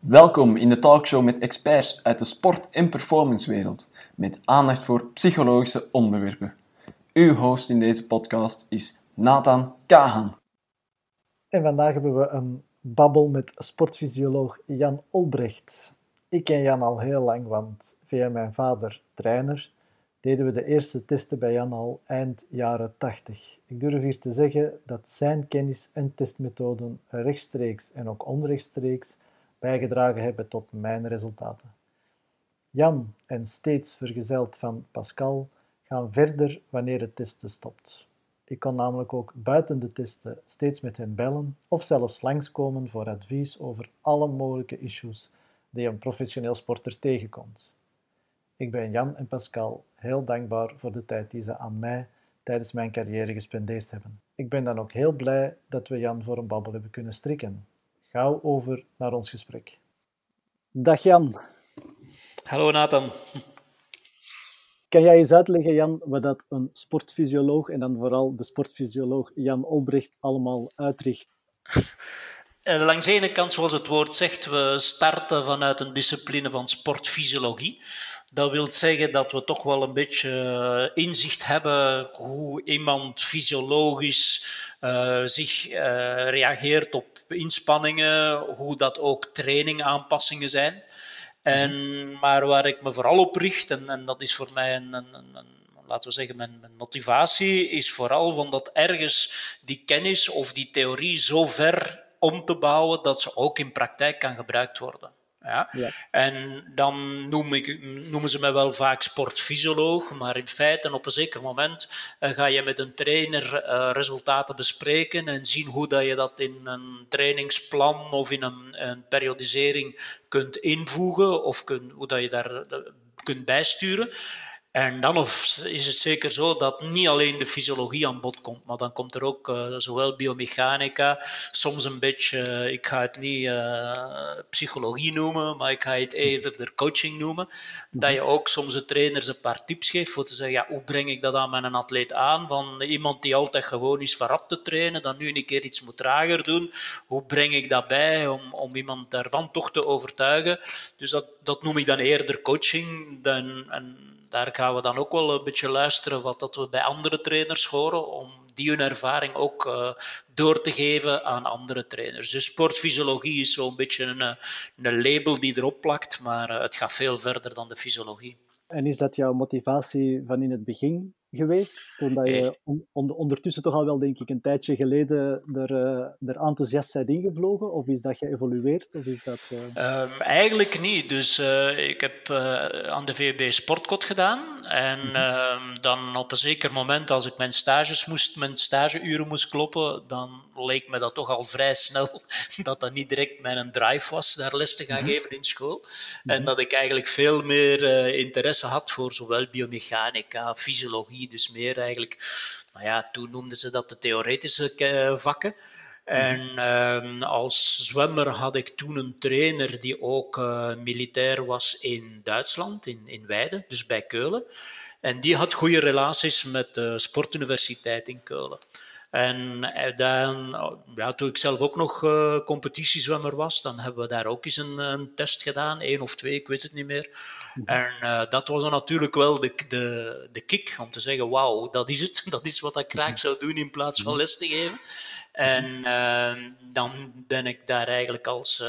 Welkom in de talkshow met experts uit de sport- en performancewereld, met aandacht voor psychologische onderwerpen. Uw host in deze podcast is Nathan Kahan. En vandaag hebben we een babbel met sportfysioloog Jan Olbrecht. Ik ken Jan al heel lang, want via mijn vader, trainer, deden we de eerste testen bij Jan al eind jaren 80. Ik durf hier te zeggen dat zijn kennis en testmethoden rechtstreeks en ook onrechtstreeks bijgedragen hebben tot mijn resultaten. Jan, en steeds vergezeld van Pascal, gaan verder wanneer het testen stopt. Ik kon namelijk ook buiten de testen steeds met hen bellen of zelfs langskomen voor advies over alle mogelijke issues die een professioneel sporter tegenkomt. Ik ben Jan en Pascal heel dankbaar voor de tijd die ze aan mij tijdens mijn carrière gespendeerd hebben. Ik ben dan ook heel blij dat we Jan voor een babbel hebben kunnen strikken. Gauw over naar ons gesprek. Dag Jan. Hallo Nathan. Kan jij eens uitleggen, Jan, wat dat een sportfysioloog en dan vooral de sportfysioloog Jan Olbrecht allemaal uitricht? Langs de ene kant, zoals het woord zegt, we starten vanuit een discipline van sportfysiologie. Dat wil zeggen dat we toch wel een beetje inzicht hebben hoe iemand fysiologisch zich reageert op inspanningen, hoe dat ook trainingaanpassingen zijn. Maar waar ik me vooral op richt, en dat is voor mij laten we zeggen, mijn motivatie, is vooral van dat ergens die kennis of die theorie zo ver om te bouwen dat ze ook in praktijk kan gebruikt worden. Ja? Ja. En dan noemen ze mij wel vaak sportfysioloog, maar in feite op een zeker moment ga je met een trainer resultaten bespreken en zien hoe dat je dat in een trainingsplan of in een periodisering kunt invoegen of hoe dat je daar kunt bijsturen. En dan is het zeker zo dat niet alleen de fysiologie aan bod komt, maar dan komt er ook zowel biomechanica, soms een beetje, ik ga het niet psychologie noemen, maar ik ga het eerder coaching noemen, dat je ook soms de trainers een paar tips geeft voor te zeggen, ja, hoe breng ik dat aan mijn atleet aan, van iemand die altijd gewoon is van rap te trainen, dan nu een keer iets moet trager doen, hoe breng ik dat bij om iemand daarvan toch te overtuigen. Dus dat noem ik dan eerder coaching, en daar gaan we dan ook wel een beetje luisteren wat dat we bij andere trainers horen, om die hun ervaring ook door te geven aan andere trainers. Dus sportfysiologie is zo'n beetje een label die erop plakt, maar het gaat veel verder dan de fysiologie. En is dat jouw motivatie van in het begin geweest? Toen dat je ondertussen toch al wel, denk ik, een tijdje geleden er enthousiast bent ingevlogen? Of is dat geëvolueerd? Of is dat, Eigenlijk niet. Dus ik heb aan de VUB Sportkot gedaan. En dan op een zeker moment, als ik mijn stageuren moest kloppen, dan leek me dat toch al vrij snel dat niet direct mijn drive was, daar les te gaan geven in school. En dat ik eigenlijk veel meer interesse had voor zowel biomechanica, fysiologie, dus meer eigenlijk, nou ja, toen noemden ze dat de theoretische vakken. En als zwemmer had ik toen een trainer die ook militair was in Duitsland, in Weiden, dus bij Keulen. En die had goede relaties met de sportuniversiteit in Keulen. En dan, ja, toen ik zelf ook nog competitiezwemmer was, dan hebben we daar ook eens een test gedaan, 1 of 2, ik weet het niet meer. En dat was dan natuurlijk wel de kick om te zeggen, wauw, dat is het. Dat is wat ik graag zou doen in plaats van les te geven. En dan ben ik daar eigenlijk als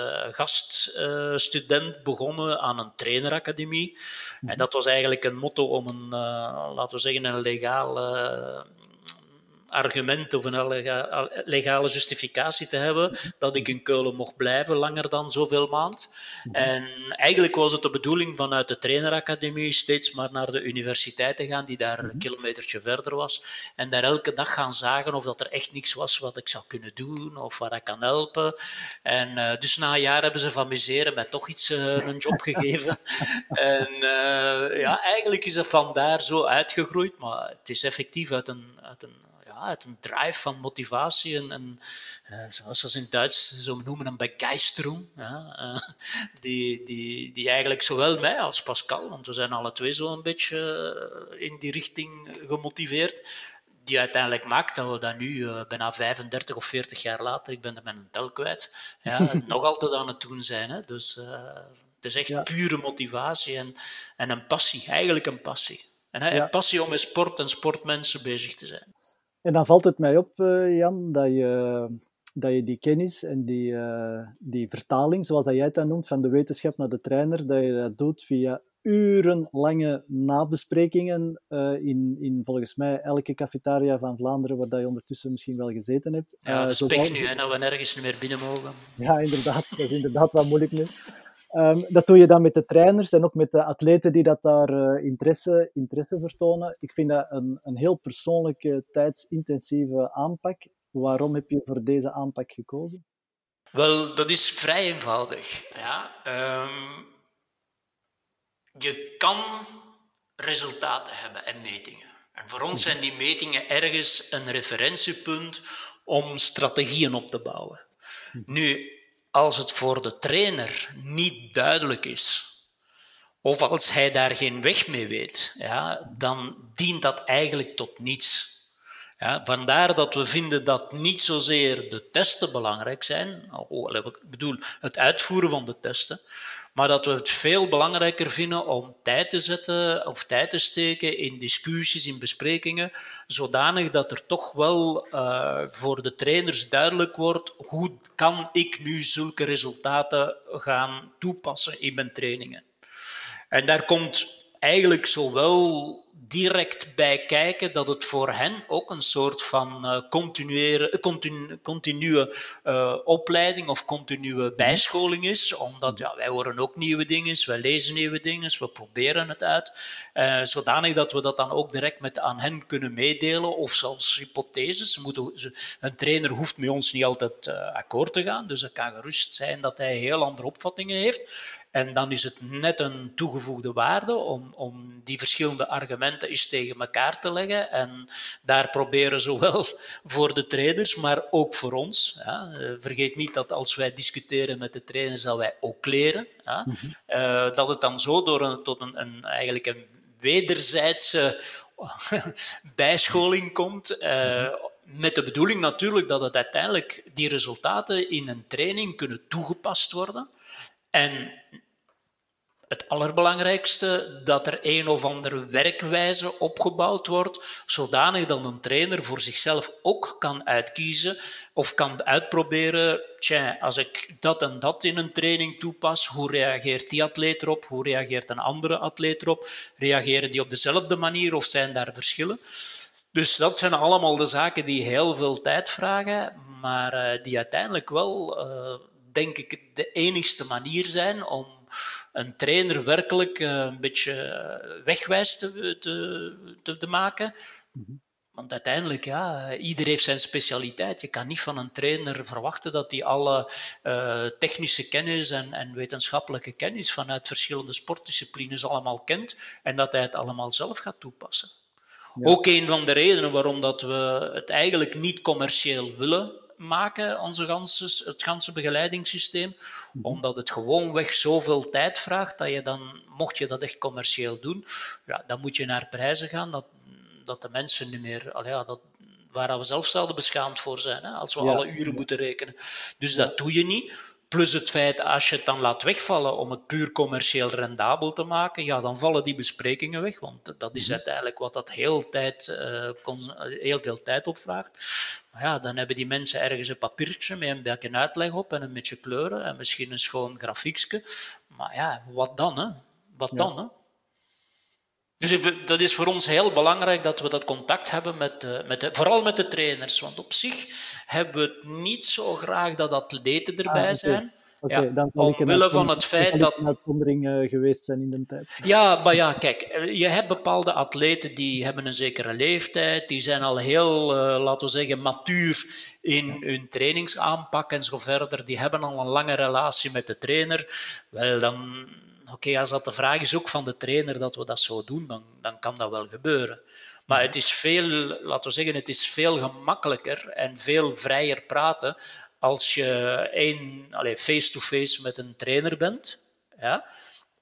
gaststudent begonnen aan een traineracademie. En dat was eigenlijk een motto om laten we zeggen, een legaal argument of een legale justificatie te hebben dat ik in Keulen mocht blijven langer dan zoveel maand. En eigenlijk was het de bedoeling vanuit de traineracademie steeds maar naar de universiteit te gaan, die daar een kilometertje verder was. En daar elke dag gaan zagen of dat er echt niks was wat ik zou kunnen doen of waar ik kan helpen. En dus na een jaar hebben ze van miseren mij toch iets een job gegeven. En ja, eigenlijk is het vandaar zo uitgegroeid, maar het is effectief uit een drive van motivatie en zoals ze in Duits zo noemen, een Begeisterung, die eigenlijk zowel mij als Pascal, want we zijn alle twee zo een beetje in die richting gemotiveerd, die uiteindelijk maakt dat we dat nu bijna 35 of 40 jaar later, ik ben er met een tel kwijt, nog altijd aan het doen zijn. Hè? Dus het is echt pure motivatie en een passie, eigenlijk een passie. En een passie om met sport en sportmensen bezig te zijn. En dan valt het mij op, Jan, dat je die kennis en die vertaling, zoals dat jij het dan noemt, van de wetenschap naar de trainer, dat je dat doet via urenlange nabesprekingen in volgens mij elke cafetaria van Vlaanderen, waar je ondertussen misschien wel gezeten hebt. Ja, dat is pech nu, hè, dat we nergens niet meer binnen mogen. Ja, inderdaad. Dat is inderdaad wat moeilijk nu. Dat doe je dan met de trainers en ook met de atleten die dat daar interesse vertonen. Ik vind dat een heel persoonlijke, tijdsintensieve aanpak. Waarom heb je voor deze aanpak gekozen? Wel, dat is vrij eenvoudig. Ja. Je kan resultaten hebben en metingen. En voor ons zijn die metingen ergens een referentiepunt om strategieën op te bouwen. Nu, als het voor de trainer niet duidelijk is, of als hij daar geen weg mee weet, dan dient dat eigenlijk tot niets. Ja, vandaar dat we vinden dat niet zozeer de testen belangrijk zijn, ik bedoel het uitvoeren van de testen, maar dat we het veel belangrijker vinden om tijd te zetten of tijd te steken in discussies, in besprekingen, zodanig dat er toch wel voor de trainers duidelijk wordt hoe kan ik nu zulke resultaten gaan toepassen in mijn trainingen. En daar komt eigenlijk zowel direct bij kijken dat het voor hen ook een soort van continue opleiding of continue bijscholing is. Omdat wij horen ook nieuwe dingen, wij lezen nieuwe dingen, we proberen het uit. Zodanig dat we dat dan ook direct aan hen kunnen meedelen of zelfs hypotheses. Een trainer hoeft met ons niet altijd akkoord te gaan, dus het kan gerust zijn dat hij heel andere opvattingen heeft. En dan is het net een toegevoegde waarde om die verschillende argumenten eens tegen elkaar te leggen. En daar proberen zowel voor de trainers, maar ook voor ons. Vergeet niet dat als wij discussiëren met de trainers, dat wij ook leren. Dat het dan zo tot eigenlijk een wederzijdse bijscholing komt. Met de bedoeling natuurlijk dat het uiteindelijk die resultaten in een training kunnen toegepast worden. En het allerbelangrijkste, dat er een of andere werkwijze opgebouwd wordt, zodanig dat een trainer voor zichzelf ook kan uitkiezen of kan uitproberen, als ik dat en dat in een training toepas, hoe reageert die atleet erop, hoe reageert een andere atleet erop, reageren die op dezelfde manier of zijn daar verschillen? Dus dat zijn allemaal de zaken die heel veel tijd vragen, maar die uiteindelijk wel, denk ik, de enigste manier zijn om een trainer werkelijk een beetje wegwijs te maken. Want uiteindelijk, ieder heeft zijn specialiteit. Je kan niet van een trainer verwachten dat hij alle technische kennis en wetenschappelijke kennis vanuit verschillende sportdisciplines allemaal kent en dat hij het allemaal zelf gaat toepassen. Ja. Ook een van de redenen waarom dat we het eigenlijk niet commercieel willen maken, het ganse begeleidingssysteem, omdat het gewoonweg zoveel tijd vraagt dat je dan, mocht je dat echt commercieel doen, dan moet je naar prijzen gaan dat de mensen niet meer, waar we zelf zouden beschaamd voor zijn, als we alle uren moeten rekenen. Dus dat doe je niet. Plus het feit, als je het dan laat wegvallen om het puur commercieel rendabel te maken, dan vallen die besprekingen weg, want dat is uiteindelijk wat dat heel veel tijd opvraagt. Maar dan hebben die mensen ergens een papiertje met een beetje uitleg op en een beetje kleuren en misschien een schoon grafiekje. Maar wat dan, hè? Wat dan, hè? Dus dat is voor ons heel belangrijk dat we dat contact hebben vooral met de trainers. Want op zich hebben we het niet zo graag dat atleten erbij zijn. Dan omwille van het feit dat een uitzondering geweest zijn in de tijd. Ja, maar kijk, je hebt bepaalde atleten die hebben een zekere leeftijd, die zijn al heel, laten we zeggen, matuur in hun trainingsaanpak en zo verder. Die hebben al een lange relatie met de trainer. Wel, dan... als dat de vraag is ook van de trainer dat we dat zo doen, dan kan dat wel gebeuren. Maar het is het is veel gemakkelijker en veel vrijer praten als je face-to-face met een trainer bent. Ja?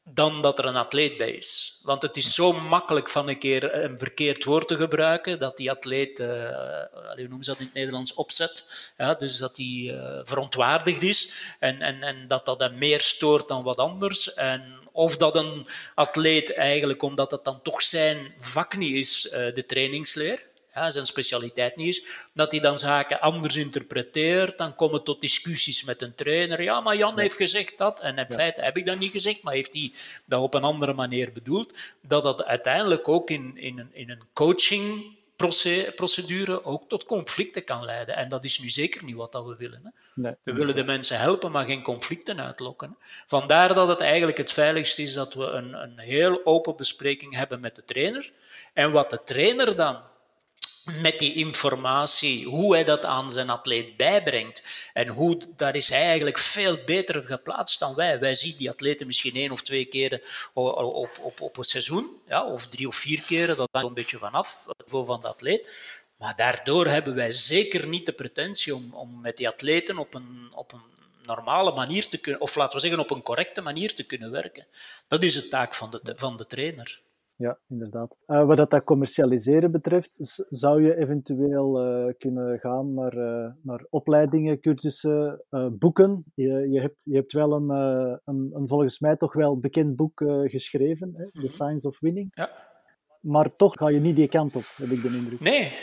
dan dat er een atleet bij is. Want het is zo makkelijk van een keer een verkeerd woord te gebruiken, dat die atleet, hoe noemen ze dat in het Nederlands, opzet. Ja, dus dat die verontwaardigd is en dat hem meer stoort dan wat anders. Of dat een atleet eigenlijk, omdat het dan toch zijn vak niet is, de trainingsleer, zijn specialiteit niet is, dat hij dan zaken anders interpreteert, dan komen tot discussies met een trainer. Ja, maar Jan heeft gezegd dat, en in feite heb ik dat niet gezegd, maar heeft hij dat op een andere manier bedoeld, dat dat uiteindelijk ook in een coachingprocedure ook tot conflicten kan leiden. En dat is nu zeker niet wat we willen. Hè. Nee. We willen de mensen helpen, maar geen conflicten uitlokken. Vandaar dat het eigenlijk het veiligste is dat we een heel open bespreking hebben met de trainer. En wat de trainer dan met die informatie, hoe hij dat aan zijn atleet bijbrengt. En daar is hij eigenlijk veel beter geplaatst dan wij. Wij zien die atleten misschien 1 of 2 keren op een seizoen, ja, of 3 of 4 keren, dat hangt een beetje vanaf, het niveau van de atleet. Maar daardoor hebben wij zeker niet de pretentie om met die atleten op een normale manier te kunnen, of laten we zeggen op een correcte manier te kunnen werken. Dat is de taak van de trainer. Ja, inderdaad. Wat dat commercialiseren betreft, zou je eventueel kunnen gaan naar opleidingen, cursussen, boeken. Je hebt wel een volgens mij toch wel bekend boek geschreven, hè? The Science of Winning. Ja. Maar toch ga je niet die kant op, heb ik de indruk. Nee.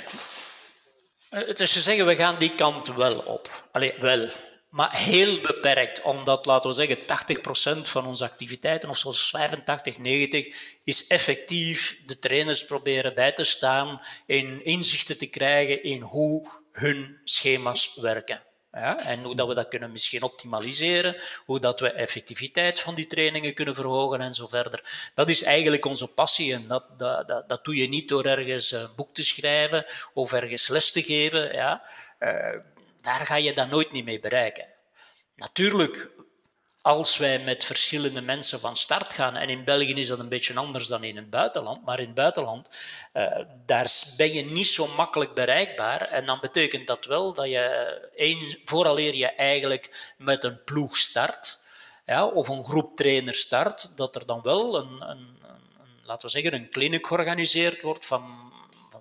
Dus ze zeggen, we gaan die kant wel op. Allee, wel. Maar heel beperkt, omdat, laten we zeggen, 80% van onze activiteiten, of zelfs 85, 90%, is effectief de trainers proberen bij te staan in inzichten te krijgen in hoe hun schema's werken. Ja, en hoe dat we dat kunnen misschien optimaliseren, hoe dat we effectiviteit van die trainingen kunnen verhogen en zo verder. Dat is eigenlijk onze passie en dat doe je niet door ergens een boek te schrijven of ergens les te geven. Ja. Daar ga je dat nooit niet mee bereiken. Natuurlijk, als wij met verschillende mensen van start gaan, en in België is dat een beetje anders dan in het buitenland, maar in het buitenland, daar ben je niet zo makkelijk bereikbaar. En dan betekent dat wel dat je, vooraleer je eigenlijk met een ploeg start, ja, of een groep trainers start, dat er dan wel laten we zeggen, een clinic georganiseerd wordt van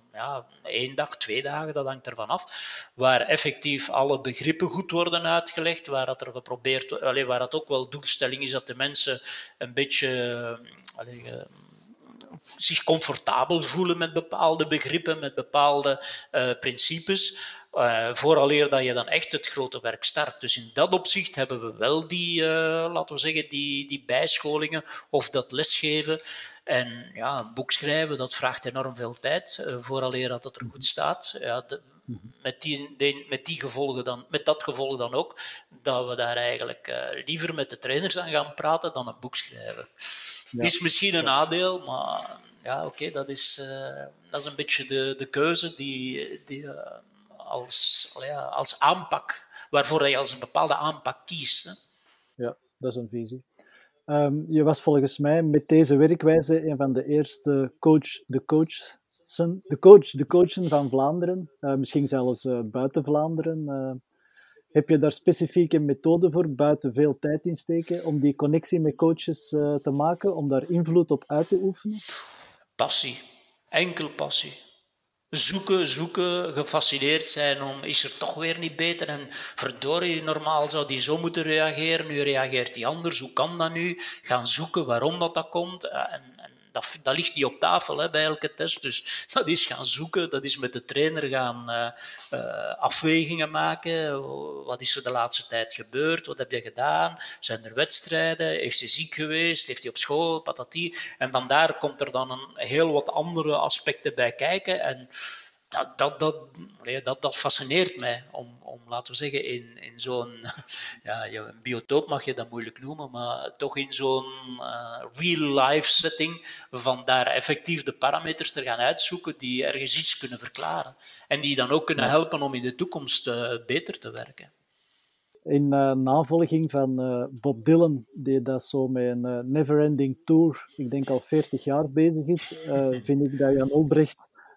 1 dag, 2 dagen, dat hangt ervan af, waar effectief alle begrippen goed worden uitgelegd, waar dat er geprobeerd, waar dat ook wel doelstelling is dat de mensen een beetje zich comfortabel voelen met bepaalde begrippen, met bepaalde principes, vooraleer dat je dan echt het grote werk start. Dus in dat opzicht hebben we wel die, laten we zeggen, die bijscholingen of dat lesgeven. En ja, een boek schrijven, dat vraagt enorm veel tijd, vooraleer dat het er goed staat. Ja, met dat gevolg dan ook, dat we daar eigenlijk liever met de trainers aan gaan praten dan een boek schrijven. Ja. Is misschien een nadeel, maar ja, oké, dat is een beetje de keuze die als aanpak, waarvoor je als een bepaalde aanpak kiest. Hè. Ja, dat is een visie. Je was volgens mij met deze werkwijze een van de eerste coachen van Vlaanderen, misschien zelfs buiten Vlaanderen. Heb je daar specifiek een methode voor, buiten veel tijd insteken, om die connectie met coaches te maken, om daar invloed op uit te oefenen? Passie. Enkel passie. Zoeken, gefascineerd zijn om, is er toch weer niet beter? En verdorie, normaal zou die zo moeten reageren, nu reageert hij anders. Hoe kan dat nu? Gaan zoeken waarom dat komt. En dat ligt niet op tafel, hè, bij elke test. Dus dat is gaan zoeken, dat is met de trainer gaan afwegingen maken. Wat is er de laatste tijd gebeurd? Wat heb je gedaan? Zijn er wedstrijden? Heeft hij ziek geweest? Heeft hij op school? Patati. En vandaar komt er dan een heel wat andere aspecten bij kijken. En dat fascineert mij om laten we zeggen, in zo'n een biotoop mag je dat moeilijk noemen, maar toch in zo'n real-life setting van daar effectief de parameters te gaan uitzoeken die ergens iets kunnen verklaren en die dan ook kunnen helpen om in de toekomst beter te werken. In navolging van Bob Dylan, die dat zo met een never-ending tour, ik denk al 40 jaar bezig is, vind ik dat Jan Olbrecht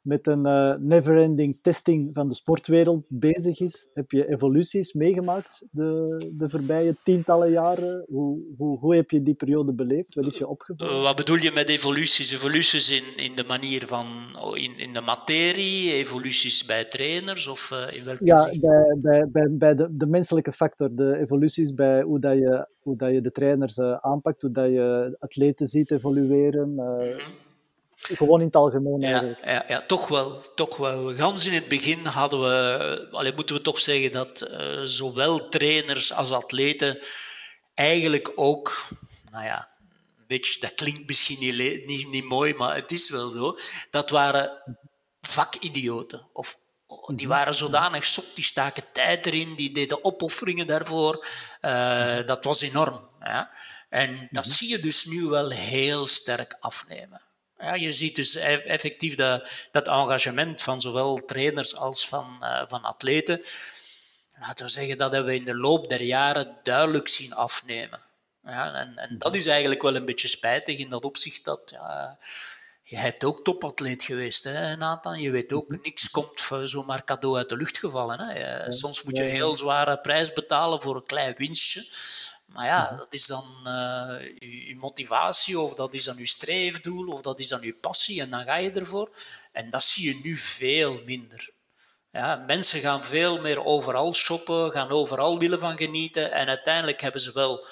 met een never-ending testing van de sportwereld bezig is. Heb je evoluties meegemaakt de voorbije tientallen jaren? Hoe heb je die periode beleefd? Wat is je opgevallen? Wat bedoel je met evoluties? Evoluties in de manier van, in de materie, evoluties bij trainers of in welk Ja, inzicht? bij de menselijke factor, de evoluties bij hoe dat je de trainers aanpakt, hoe dat je atleten ziet evolueren, gewoon in het algemeen eigenlijk. Ja, toch wel. Gans in het begin hadden we, moeten we toch zeggen dat zowel trainers als atleten eigenlijk ook, nou ja, een beetje, dat klinkt misschien niet mooi, maar het is wel zo, dat waren vakidioten. Of die waren zodanig zot, die staken tijd erin, die deden opofferingen daarvoor. Dat was enorm. Ja. En dat zie je dus nu wel heel sterk afnemen. Ja, je ziet dus effectief dat engagement van zowel trainers als van atleten. Laten we zeggen, dat hebben we in de loop der jaren duidelijk zien afnemen. Ja, en dat is eigenlijk wel een beetje spijtig in dat opzicht dat... Ja, je bent ook topatleet geweest, hè, Nathan. Je weet ook, niks komt zomaar cadeau uit de lucht gevallen. Hè. Soms moet je een heel zware prijs betalen voor een klein winstje. Maar ja, dat is dan je motivatie, of dat is dan je streefdoel, of dat is dan je passie, en dan ga je ervoor. En dat zie je nu veel minder. Ja, mensen gaan veel meer overal shoppen, gaan overal willen van genieten, en uiteindelijk hebben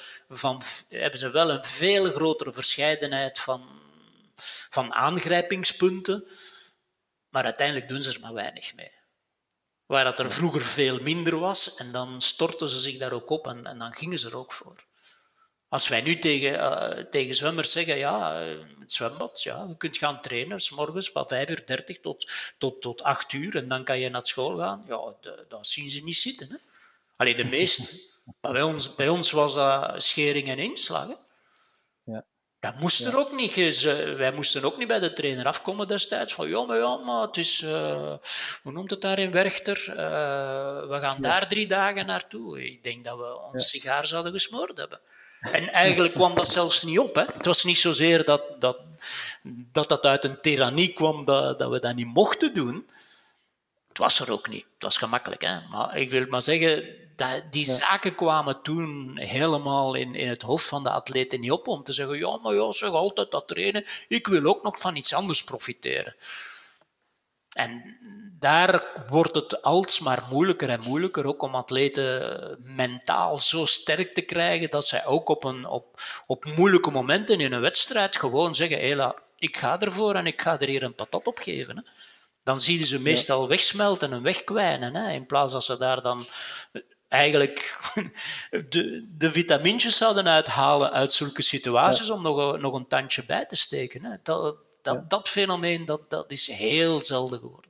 ze wel een veel grotere verscheidenheid van aangrijpingspunten, maar uiteindelijk doen ze er maar weinig mee. Waar dat er vroeger veel minder was, en dan stortten ze zich daar ook op en dan gingen ze er ook voor. Als wij nu tegen zwemmers zeggen, ja, het zwembad, ja, je kunt gaan trainen, 's morgens van 5:30 tot 8 uur, en dan kan je naar school gaan, ja, dat zien ze niet zitten. Hè? Allee, de meesten. Maar bij ons was dat schering en inslag. Hè? Ja. Dat moest er ook niet. Wij moesten ook niet bij de trainer afkomen destijds. Van ja, maar het is... hoe noemt het daar in Werchter? We gaan daar 3 dagen naartoe. Ik denk dat we ons sigaar zouden gesmoord hebben. En eigenlijk kwam dat zelfs niet op. Hè. Het was niet zozeer dat uit een tirannie kwam dat we dat niet mochten doen. Het was er ook niet. Het was gemakkelijk. Hè. Maar ik wil maar zeggen, die zaken kwamen toen helemaal in het hoofd van de atleten niet op, om te zeggen, ja, maar ja, zeg altijd dat trainen, ik wil ook nog van iets anders profiteren. En daar wordt het alsmaar moeilijker en moeilijker, ook om atleten mentaal zo sterk te krijgen, dat zij ook op moeilijke momenten in een wedstrijd gewoon zeggen, hela, ik ga ervoor en ik ga er hier een patat op geven. Hè. Dan zie je ze meestal wegsmelten en wegkwijnen, hè, in plaats dat ze daar dan eigenlijk de vitamintjes zouden uithalen uit zulke situaties, om nog een tandje bij te steken. Hè. Dat fenomeen, dat is heel zelden geworden.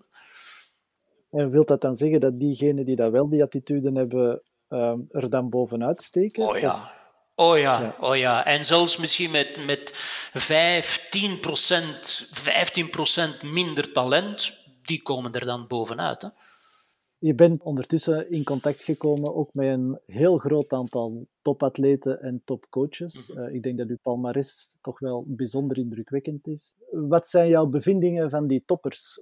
En wil dat dan zeggen dat diegenen die dat wel die attitude hebben, er dan bovenuit steken? Oh ja. Of... Oh ja. En zelfs misschien met 15% minder talent, die komen er dan bovenuit. Hè? Je bent ondertussen in contact gekomen ook met een heel groot aantal topatleten en topcoaches. Ik denk dat uw palmares toch wel bijzonder indrukwekkend is. Wat zijn jouw bevindingen van die toppers?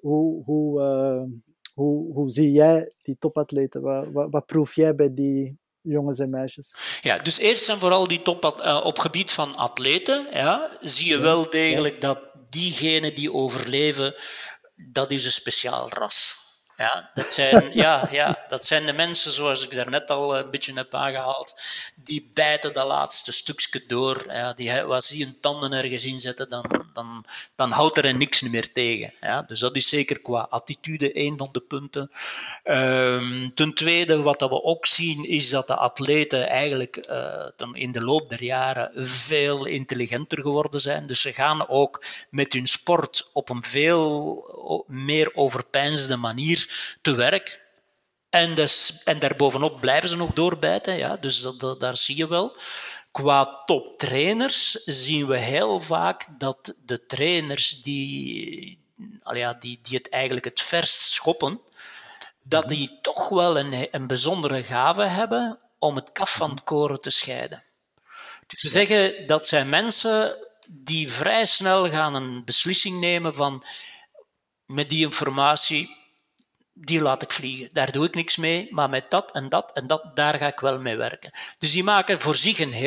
Hoe zie jij die topatleten? Wat proef jij bij die jongens en meisjes? Ja, dus eerst en vooral die op gebied van atleten, ja, zie je wel degelijk dat diegenen die overleven, dat is een speciaal ras. Ja, dat zijn de mensen, zoals ik daarnet al een beetje heb aangehaald, die bijten dat laatste stukje door. Ja, als die een tanden ergens inzetten, dan houdt er niks meer tegen. Ja, dus dat is zeker qua attitude een van de punten. Ten tweede, wat we ook zien, is dat de atleten eigenlijk in de loop der jaren veel intelligenter geworden zijn. Dus ze gaan ook met hun sport op een veel meer overpeinsde manier te werk. En daarbovenop blijven ze nog doorbijten. Ja, dus daar zie je wel. Qua toptrainers zien we heel vaak dat de trainers die het eigenlijk het verst schoppen, dat die toch wel een bijzondere gave hebben om het kaf van het koren te scheiden. Dus we zeggen dat zijn mensen die vrij snel gaan een beslissing nemen van met die informatie, die laat ik vliegen. Daar doe ik niks mee, maar met dat en dat en dat, daar ga ik wel mee werken. Dus die maken voor zich een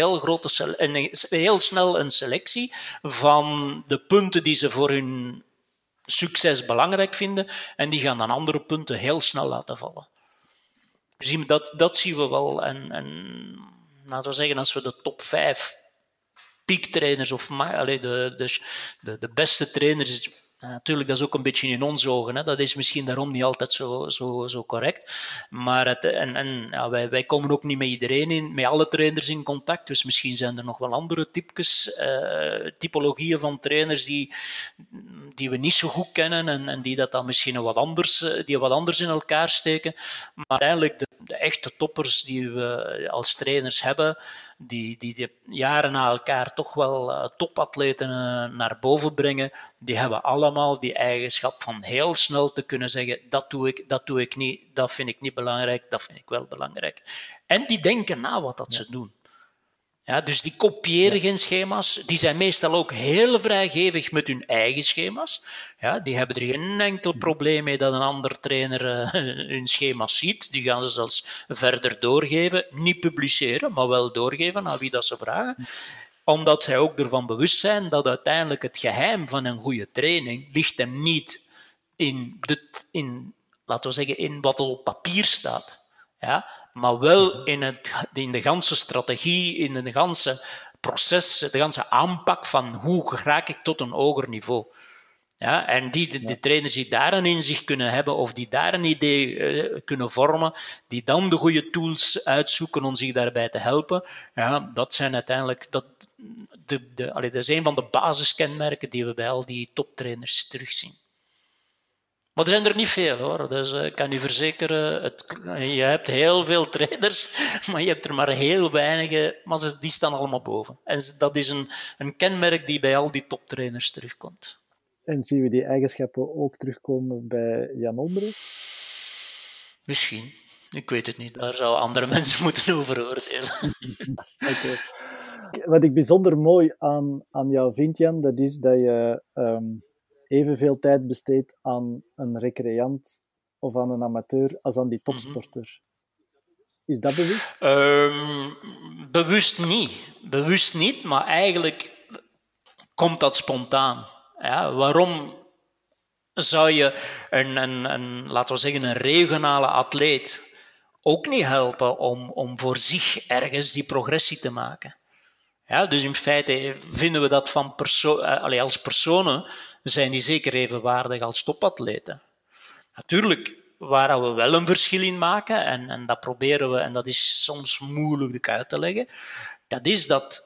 heel snel een selectie van de punten die ze voor hun succes belangrijk vinden en die gaan dan andere punten heel snel laten vallen. Dat zien we wel. En laten we zeggen, als we de top 5 piektrainers of de beste trainers, natuurlijk, dat is ook een beetje in ons ogen. Hè. Dat is misschien daarom niet altijd zo correct. Maar wij komen ook niet met iedereen met alle trainers in contact. Dus misschien zijn er nog wel andere typologieën van trainers die we niet zo goed kennen en die dat dan misschien wat anders in elkaar steken. Maar uiteindelijk de echte toppers die we als trainers hebben, die jaren na elkaar toch wel topatleten naar boven brengen, die hebben allemaal die eigenschap van heel snel te kunnen zeggen, dat doe ik niet, dat vind ik niet belangrijk, dat vind ik wel belangrijk. En die denken na wat dat ze doen. Ja, dus die kopiëren geen schema's. Die zijn meestal ook heel vrijgevig met hun eigen schema's. Ja, die hebben er geen enkel probleem mee dat een ander trainer hun schema's ziet. Die gaan ze zelfs verder doorgeven. Niet publiceren, maar wel doorgeven aan wie dat ze vragen. Omdat zij ook ervan bewust zijn dat uiteindelijk het geheim van een goede training ligt hem niet laten we zeggen, in wat er op papier staat. Ja, maar wel in de ganse strategie, in het ganse proces, de ganse aanpak van hoe raak ik tot een hoger niveau. Ja, en de trainers die daar een inzicht kunnen hebben of die daar een idee kunnen vormen, die dan de goede tools uitzoeken om zich daarbij te helpen, ja, dat zijn uiteindelijk dat is een van de basiskenmerken die we bij al die toptrainers terugzien. Maar er zijn er niet veel hoor, dus ik kan u verzekeren, je hebt heel veel trainers, maar je hebt er maar heel weinige, maar die staan allemaal boven. En dat is een kenmerk die bij al die toptrainers terugkomt. En zien we die eigenschappen ook terugkomen bij Jan Olbrecht? Misschien, ik weet het niet, daar zouden andere mensen moeten over oordelen. Okay. Wat ik bijzonder mooi aan jou vind, Jan, dat is dat je evenveel tijd besteedt aan een recreant of aan een amateur als aan die topsporter. Is dat bewust? Bewust niet, maar eigenlijk komt dat spontaan. Ja, waarom zou je laten we zeggen, een regionale atleet ook niet helpen om voor zich ergens die progressie te maken? Ja, dus in feite vinden we dat als personen zijn die zeker even waardig als topatleten. Natuurlijk, waar we wel een verschil in maken, en dat proberen we, en dat is soms moeilijk uit te leggen, dat is dat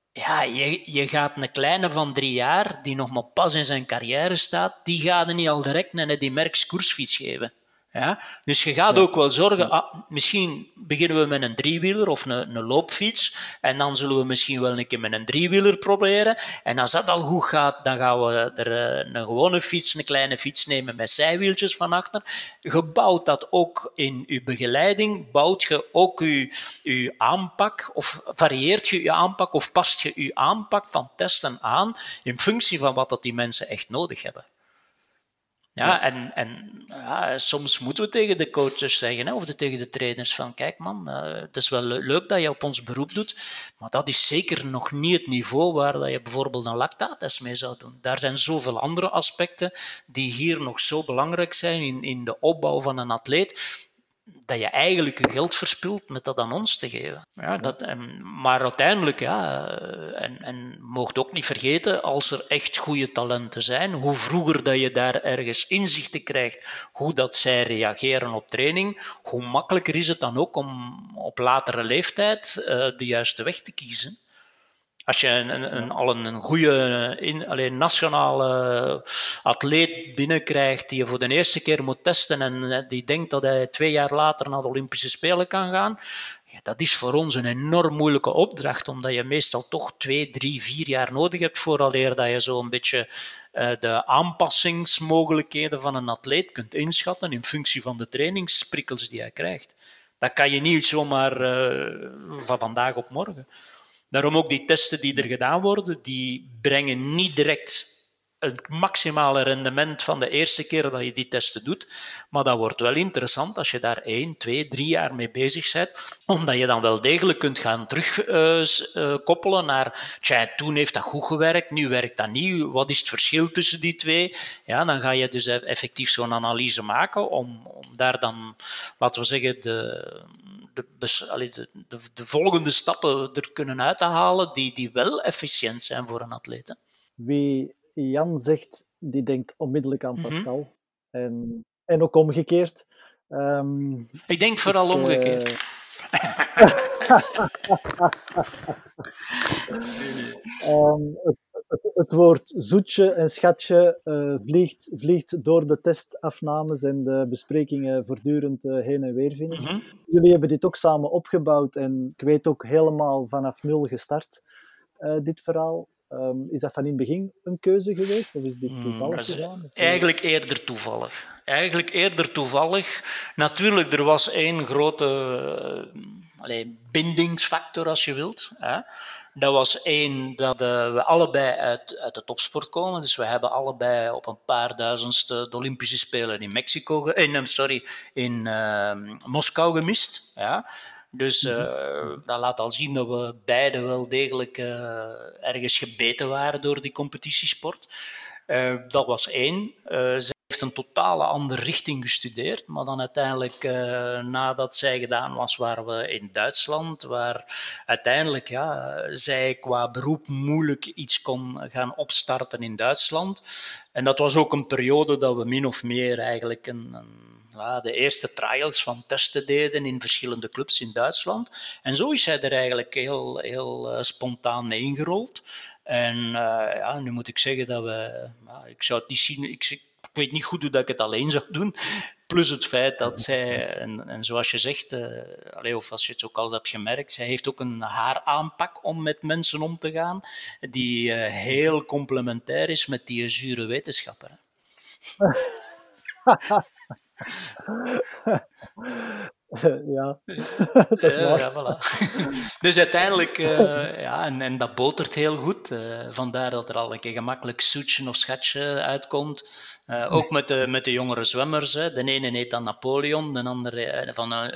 je gaat een kleine van 3 jaar, die nog maar pas in zijn carrière staat, die gaat er niet al direct een Eddy Merckx koersfiets geven. Ja? Dus je gaat ook wel zorgen, misschien beginnen we met een driewieler of een loopfiets en dan zullen we misschien wel een keer met een driewieler proberen. En als dat al goed gaat, dan gaan we er een gewone fiets, een kleine fiets nemen met zijwieltjes van achter. Je bouwt dat ook in je begeleiding, bouwt je ook je aanpak of varieert je je aanpak of past je je aanpak van testen aan in functie van wat dat die mensen echt nodig hebben. Ja, en soms moeten we tegen de coaches zeggen, hè, of tegen de trainers van, kijk man, het is wel leuk dat je op ons beroep doet, maar dat is zeker nog niet het niveau waar dat je bijvoorbeeld een lactaattest mee zou doen. Daar zijn zoveel andere aspecten die hier nog zo belangrijk zijn in de opbouw van een atleet, dat je eigenlijk je geld verspilt met dat aan ons te geven. Ja, maar uiteindelijk, en moogt ook niet vergeten, als er echt goede talenten zijn, hoe vroeger dat je daar ergens inzichten krijgt, hoe dat zij reageren op training, hoe makkelijker is het dan ook om op latere leeftijd de juiste weg te kiezen. Als je al een goede nationale atleet binnenkrijgt die je voor de eerste keer moet testen en die denkt dat hij 2 jaar later naar de Olympische Spelen kan gaan, dat is voor ons een enorm moeilijke opdracht, omdat je meestal toch 2, 3, 4 jaar nodig hebt vooraleer dat je zo'n beetje de aanpassingsmogelijkheden van een atleet kunt inschatten in functie van de trainingsprikkels die hij krijgt. Dat kan je niet zomaar van vandaag op morgen. Daarom ook die testen die er gedaan worden, die brengen niet direct het maximale rendement van de eerste keer dat je die testen doet. Maar dat wordt wel interessant als je daar 1, 2, 3 jaar mee bezig bent, omdat je dan wel degelijk kunt gaan terugkoppelen naar, toen heeft dat goed gewerkt, nu werkt dat niet, wat is het verschil tussen die twee? Ja, dan ga je dus effectief zo'n analyse maken om daar dan, laten we zeggen, de volgende stappen er kunnen uit te halen die wel efficiënt zijn voor een atleet. Hè. Wie Jan zegt, die denkt onmiddellijk aan Pascal. En ook omgekeerd. Ik denk vooral omgekeerd. Het woord zoetje en schatje vliegt door de testafnames en de besprekingen voortdurend heen en weer, vind ik. Jullie hebben dit ook samen opgebouwd en ik weet ook helemaal vanaf nul gestart, dit verhaal. Is dat van in het begin een keuze geweest of is dit toevallig gedaan? Eigenlijk eerder toevallig. Natuurlijk, er was één grote bindingsfactor, als je wilt. Hè. Dat was één dat we allebei uit de topsport komen. Dus we hebben allebei op een paar duizendste de Olympische Spelen in Moskou gemist. Ja. Dus dat laat al zien dat we beide wel degelijk ergens gebeten waren door die competitiesport. Dat was één. Zij heeft een totale andere richting gestudeerd, maar dan uiteindelijk, nadat zij gedaan was, waren we in Duitsland, waar uiteindelijk zij qua beroep moeilijk iets kon gaan opstarten in Duitsland. En dat was ook een periode dat we min of meer eigenlijk de eerste trials van testen deden in verschillende clubs in Duitsland. En zo is zij er eigenlijk heel spontaan mee ingerold. En nu moet ik zeggen dat ik zou het niet zien, ik weet niet goed hoe dat ik het alleen zou doen. Plus het feit dat zij, en zoals je zegt, of als je het ook al hebt gemerkt, zij heeft ook een haaraanpak om met mensen om te gaan, die heel complementair is met die zure wetenschapper. Ja, dat is waar. Ja, voilà. Dus uiteindelijk, en dat botert heel goed. Vandaar dat er al een keer gemakkelijk zoetje of schatje uitkomt. Ook met de jongere zwemmers. Hè. De ene heet dan Napoleon, de andere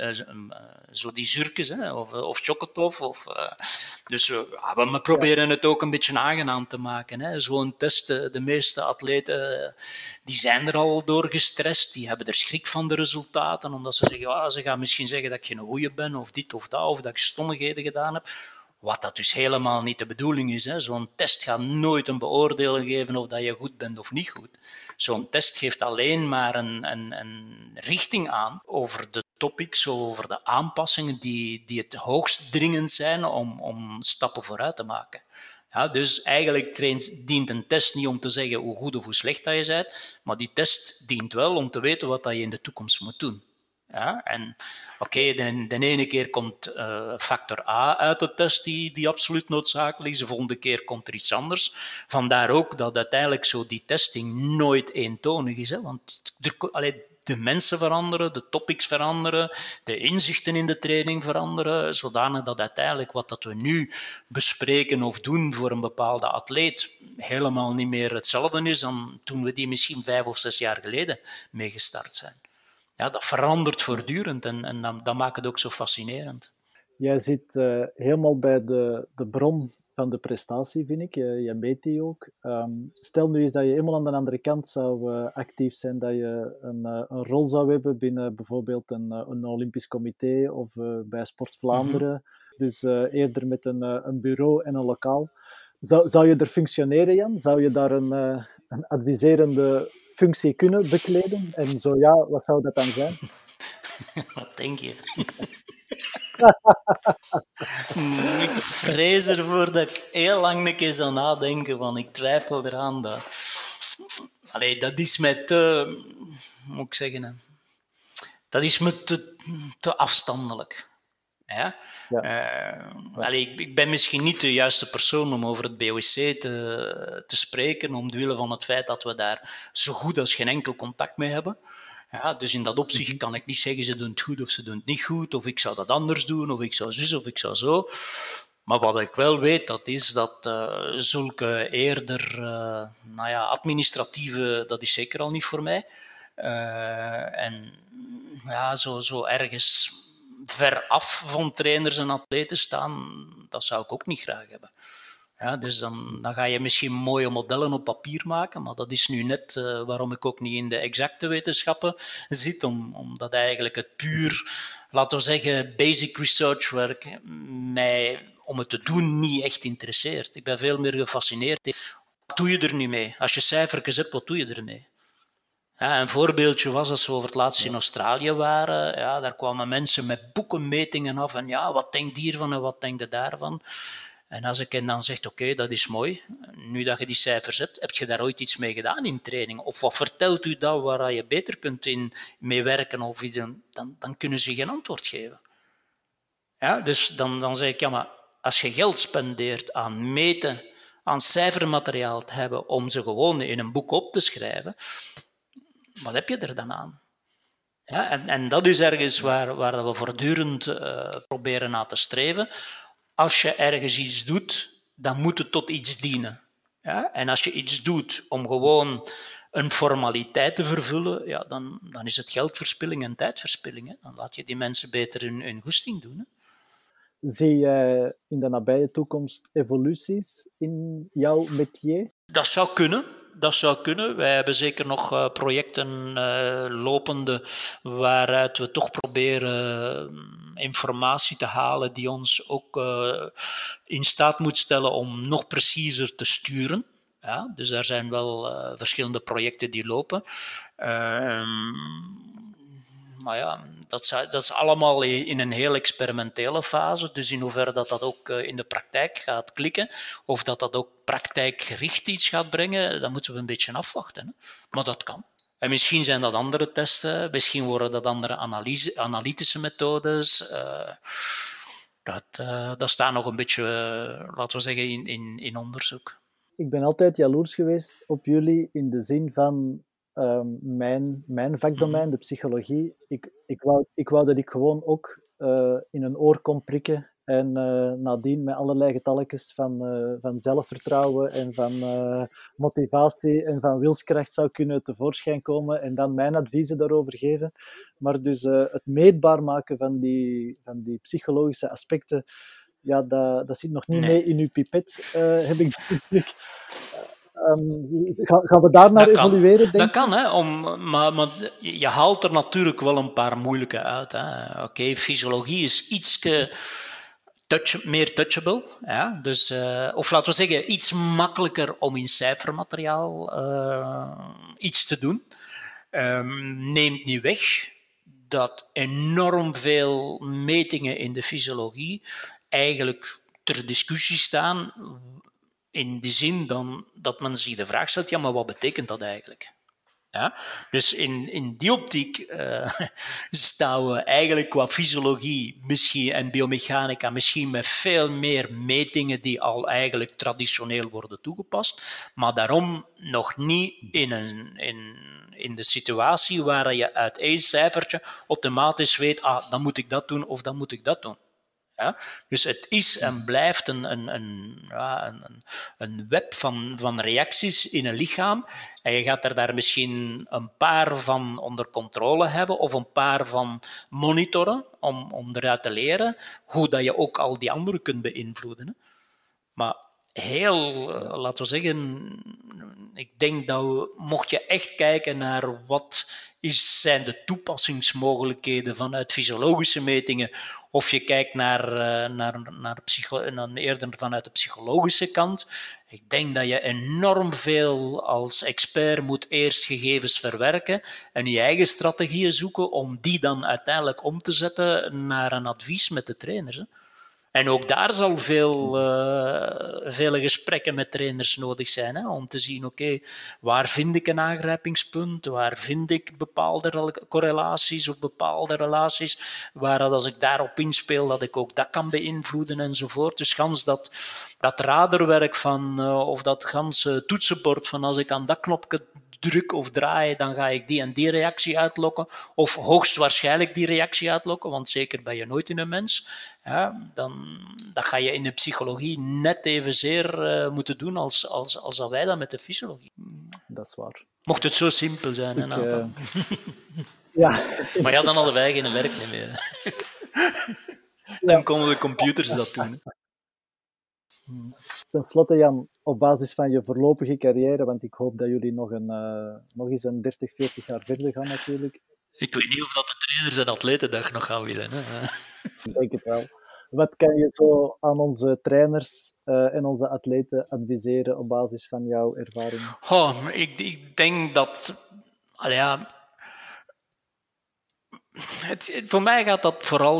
zo die Zurkes, hè, of Chokotov. Dus we proberen het ook een beetje aangenaam te maken. Zo'n test, de meeste atleten die zijn er al door gestrest. Die hebben er schrik van de resultaten, omdat ze zeggen, ze gaan misschien zeggen dat ik geen goeie ben, of dit of dat, of dat ik stommigheden gedaan heb. Wat dat dus helemaal niet de bedoeling is. Hè. Zo'n test gaat nooit een beoordeling geven of dat je goed bent of niet goed. Zo'n test geeft alleen maar een richting aan over de topics, over de aanpassingen die het hoogst dringend zijn om stappen vooruit te maken. Ja, dus eigenlijk dient een test niet om te zeggen hoe goed of hoe slecht dat je bent, maar die test dient wel om te weten wat dat je in de toekomst moet doen. Ja, en de ene keer komt factor A uit de test die absoluut noodzakelijk is, de volgende keer komt er iets anders. Vandaar ook dat uiteindelijk zo die testing nooit eentonig is. Hè? Want de mensen veranderen, de topics veranderen, de inzichten in de training veranderen, zodanig dat uiteindelijk wat dat we nu bespreken of doen voor een bepaalde atleet helemaal niet meer hetzelfde is dan toen we die misschien 5 of 6 jaar geleden mee gestart zijn. Ja, dat verandert voortdurend en dat maakt het ook zo fascinerend. Jij zit helemaal bij de bron van de prestatie, vind ik. Jij meet die ook. Stel nu eens dat je helemaal aan de andere kant zou actief zijn, dat je een rol zou hebben binnen bijvoorbeeld een Olympisch comité of bij Sport Vlaanderen. Dus eerder met een bureau en een lokaal. Zou je er functioneren, Jan? Zou je daar een adviserende functie kunnen bekleden? En zo ja, wat zou dat dan zijn? Wat denk je? Ik vrees ervoor dat ik heel lang een keer zou nadenken van ik twijfel eraan dat... dat is mij te... Hoe moet ik zeggen? Dat is me te afstandelijk. Ja? Ja. Ik ben misschien niet de juiste persoon om over het BOC te spreken, omwille van het feit dat we daar zo goed als geen enkel contact mee hebben. Ja, dus in dat opzicht kan ik niet zeggen ze doen het goed of ze doen het niet goed, of ik zou dat anders doen, of ik zou zus of ik zou zo. Maar wat ik wel weet, dat is dat zulke eerder administratieve, dat is zeker al niet voor mij. En ja, zo ergens ver af van trainers en atleten staan, dat zou ik ook niet graag hebben. Ja, dus dan ga je misschien mooie modellen op papier maken, maar dat is nu net waarom ik ook niet in de exacte wetenschappen zit, omdat eigenlijk het puur, laten we zeggen, basic research werk mij om het te doen niet echt interesseert. Ik ben veel meer gefascineerd in wat doe je er nu mee? Als je cijfertjes hebt, wat doe je ermee? Ja, een voorbeeldje was als we over het laatst in Australië waren. Ja, daar kwamen mensen met boekenmetingen af en ja, wat denkt hiervan en wat denkt je daarvan? En als ik hen dan zeg, oké, dat is mooi. Nu dat je die cijfers hebt, heb je daar ooit iets mee gedaan in training? Of wat vertelt u dat waar je beter kunt mee werken? Of iets, dan kunnen ze geen antwoord geven. Ja, dus dan zeg ik, ja, maar als je geld spendeert aan meten, aan cijfermateriaal te hebben, om ze gewoon in een boek op te schrijven, wat heb je er dan aan? Ja, en dat is ergens waar we voortdurend proberen na te streven. Als je ergens iets doet, dan moet het tot iets dienen. Ja? En als je iets doet om gewoon een formaliteit te vervullen, ja, dan is het geldverspilling en tijdverspilling. Hè? Dan laat je die mensen beter hun goesting doen. Hè? Zie jij in de nabije toekomst evoluties in jouw métier? Dat zou kunnen. Dat zou kunnen. Wij hebben zeker nog projecten lopende waaruit we toch proberen informatie te halen die ons ook in staat moet stellen om nog preciezer te sturen. Ja, dus er zijn wel verschillende projecten die lopen. Maar ja, dat is allemaal in een heel experimentele fase. Dus in hoeverre dat ook in de praktijk gaat klikken, of dat ook praktijkgericht iets gaat brengen, dat moeten we een beetje afwachten. Hè? Maar dat kan. En misschien zijn dat andere testen, misschien worden dat andere analytische methodes. Dat staat nog een beetje, laten we zeggen, in onderzoek. Ik ben altijd jaloers geweest op jullie in de zin van mijn vakdomein, de psychologie. Ik wou dat ik gewoon ook in een oor kon prikken en nadien met allerlei getalletjes van zelfvertrouwen en van motivatie en van wilskracht zou kunnen tevoorschijn komen en dan mijn adviezen daarover geven. Maar dus het meetbaar maken van die psychologische aspecten, ja, dat zit nog niet mee in uw pipet, heb ik de indruk. Gaan we daar naar evolueren, denk ik? Dat kan, hè, maar je haalt er natuurlijk wel een paar moeilijke uit. Oké, fysiologie is ietske meer touchable. Ja? Dus, of laten we zeggen, iets makkelijker om in cijfermateriaal iets te doen. Neemt niet weg dat enorm veel metingen in de fysiologie eigenlijk ter discussie staan, in die zin dan dat men zich de vraag stelt, ja, maar wat betekent dat eigenlijk? Ja? Dus in die optiek staan we eigenlijk qua fysiologie misschien, en biomechanica misschien met veel meer metingen die al eigenlijk traditioneel worden toegepast, maar daarom nog niet in de situatie waar je uit één cijfertje automatisch weet, dan moet ik dat doen of dan moet ik dat doen. Ja? Dus het is en blijft een web van reacties in een lichaam. En je gaat er daar misschien een paar van onder controle hebben of een paar van monitoren om eruit te leren hoe dat je ook al die anderen kunt beïnvloeden. Hè? Maar laten we zeggen, ik denk dat mocht je echt kijken naar wat zijn de toepassingsmogelijkheden vanuit fysiologische metingen, of je kijkt naar eerder vanuit de psychologische kant, ik denk dat je enorm veel als expert moet eerst gegevens verwerken en je eigen strategieën zoeken om die dan uiteindelijk om te zetten naar een advies met de trainers. Hè. En ook daar zal vele gesprekken met trainers nodig zijn, hè, om te zien, oké, waar vind ik een aangrijpingspunt, waar vind ik bepaalde correlaties of bepaalde relaties, waar als ik daarop inspeel, dat ik ook dat kan beïnvloeden enzovoort. Dus gans dat raderwerk of dat ganse toetsenbord van als ik aan dat knopje druk of draai, dan ga ik die en die reactie uitlokken, of hoogstwaarschijnlijk die reactie uitlokken, want zeker ben je nooit in een mens. ja, dan dat ga je in de psychologie net evenzeer moeten doen als dat wij dat met de fysiologie. Dat is waar. Mocht het zo simpel zijn, hè, Nathan? Ja. Maar ja, dan hadden wij geen werk meer. Dan konden de computers dat doen. Ten slotte, Jan, op basis van je voorlopige carrière, want ik hoop dat jullie nog eens een 30, 40 jaar verder gaan natuurlijk. Ik weet niet of dat de trainers en atletendag nog gaan willen. Hè? Ik denk het wel. Wat kan je zo aan onze trainers en onze atleten adviseren op basis van jouw ervaring? Ik denk dat... Voor mij gaat dat vooral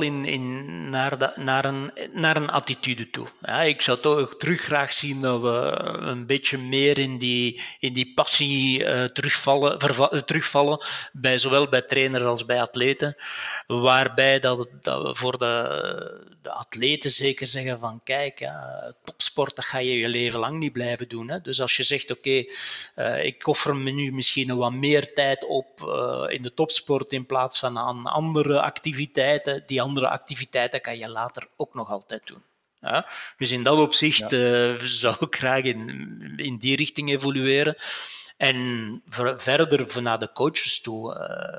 naar een attitude toe. Ja, ik zou toch terug graag zien dat we een beetje meer in die passie terugvallen zowel bij trainers als bij atleten. Waarbij dat we voor de atleten zeker zeggen van kijk, ja, topsport dat ga je leven lang niet blijven doen. Hè. Dus als je zegt oké, ik offer me nu misschien wat meer tijd op in de topsport in plaats van aan andere activiteiten. Die andere activiteiten kan je later ook nog altijd doen. Ja? Dus in dat opzicht zou ik graag in die richting evolueren. En verder naar de coaches toe,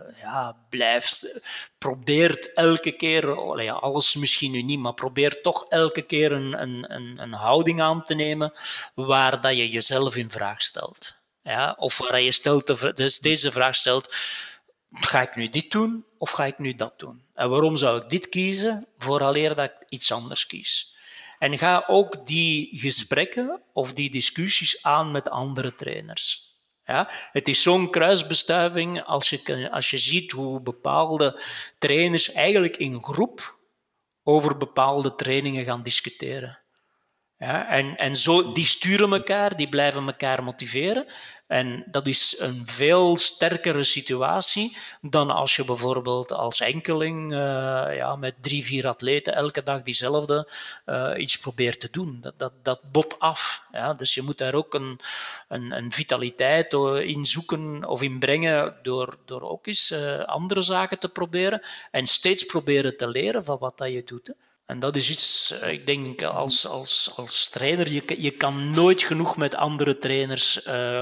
probeert elke keer, alles misschien nu niet, maar probeer toch elke keer een houding aan te nemen waar dat je jezelf in vraag stelt. Ja? Of waar je deze vraag stelt, ga ik nu dit doen of ga ik nu dat doen? En waarom zou ik dit kiezen vooraleer dat ik iets anders kies? En ga ook die gesprekken of die discussies aan met andere trainers. Ja, het is zo'n kruisbestuiving als je ziet hoe bepaalde trainers eigenlijk in groep over bepaalde trainingen gaan discussiëren. Ja, en zo, die sturen elkaar, die blijven elkaar motiveren. En dat is een veel sterkere situatie dan als je bijvoorbeeld als enkeling met 3-4 atleten elke dag diezelfde iets probeert te doen. Dat bot af. Ja? Dus je moet daar ook een vitaliteit in zoeken of in brengen door ook eens andere zaken te proberen. En steeds proberen te leren van wat dat je doet. Hè. En dat is iets, ik denk, als trainer, je kan nooit genoeg met andere trainers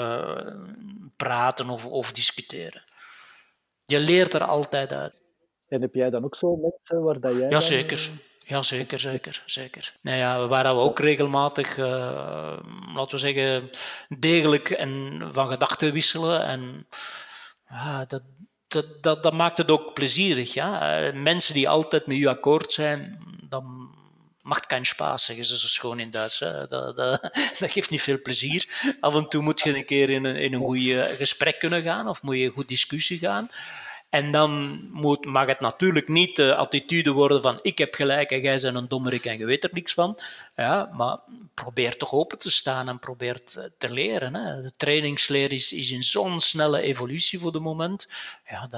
praten of discussiëren. Je leert er altijd uit. En heb jij dan ook zo mensen waar dat jij... Jazeker. Ja, zeker. Nou ja, waar we ook regelmatig, laten we zeggen, degelijk en van gedachten wisselen. En ja, dat maakt het ook plezierig. Ja? Mensen die altijd met u akkoord zijn, dan maakt geen spaas, zeggen ze zo schoon in Duits. Hè? Dat geeft niet veel plezier. Af en toe moet je een keer in een goed gesprek kunnen gaan of moet je een goed discussie gaan. En dan mag het natuurlijk niet de attitude worden van ik heb gelijk en jij bent een dommerik en je weet er niks van. Ja, maar probeer toch open te staan en probeer te leren. Hè. De trainingsleer is in zo'n snelle evolutie voor de moment. Ja,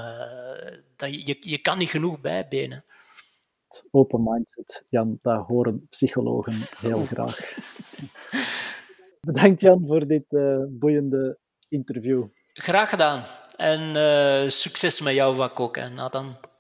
je kan niet genoeg bijbenen. Open mindset, Jan, dat horen psychologen heel graag. Bedankt Jan voor dit boeiende interview. Graag gedaan. En succes met jouw vak ook, hè, Nathan.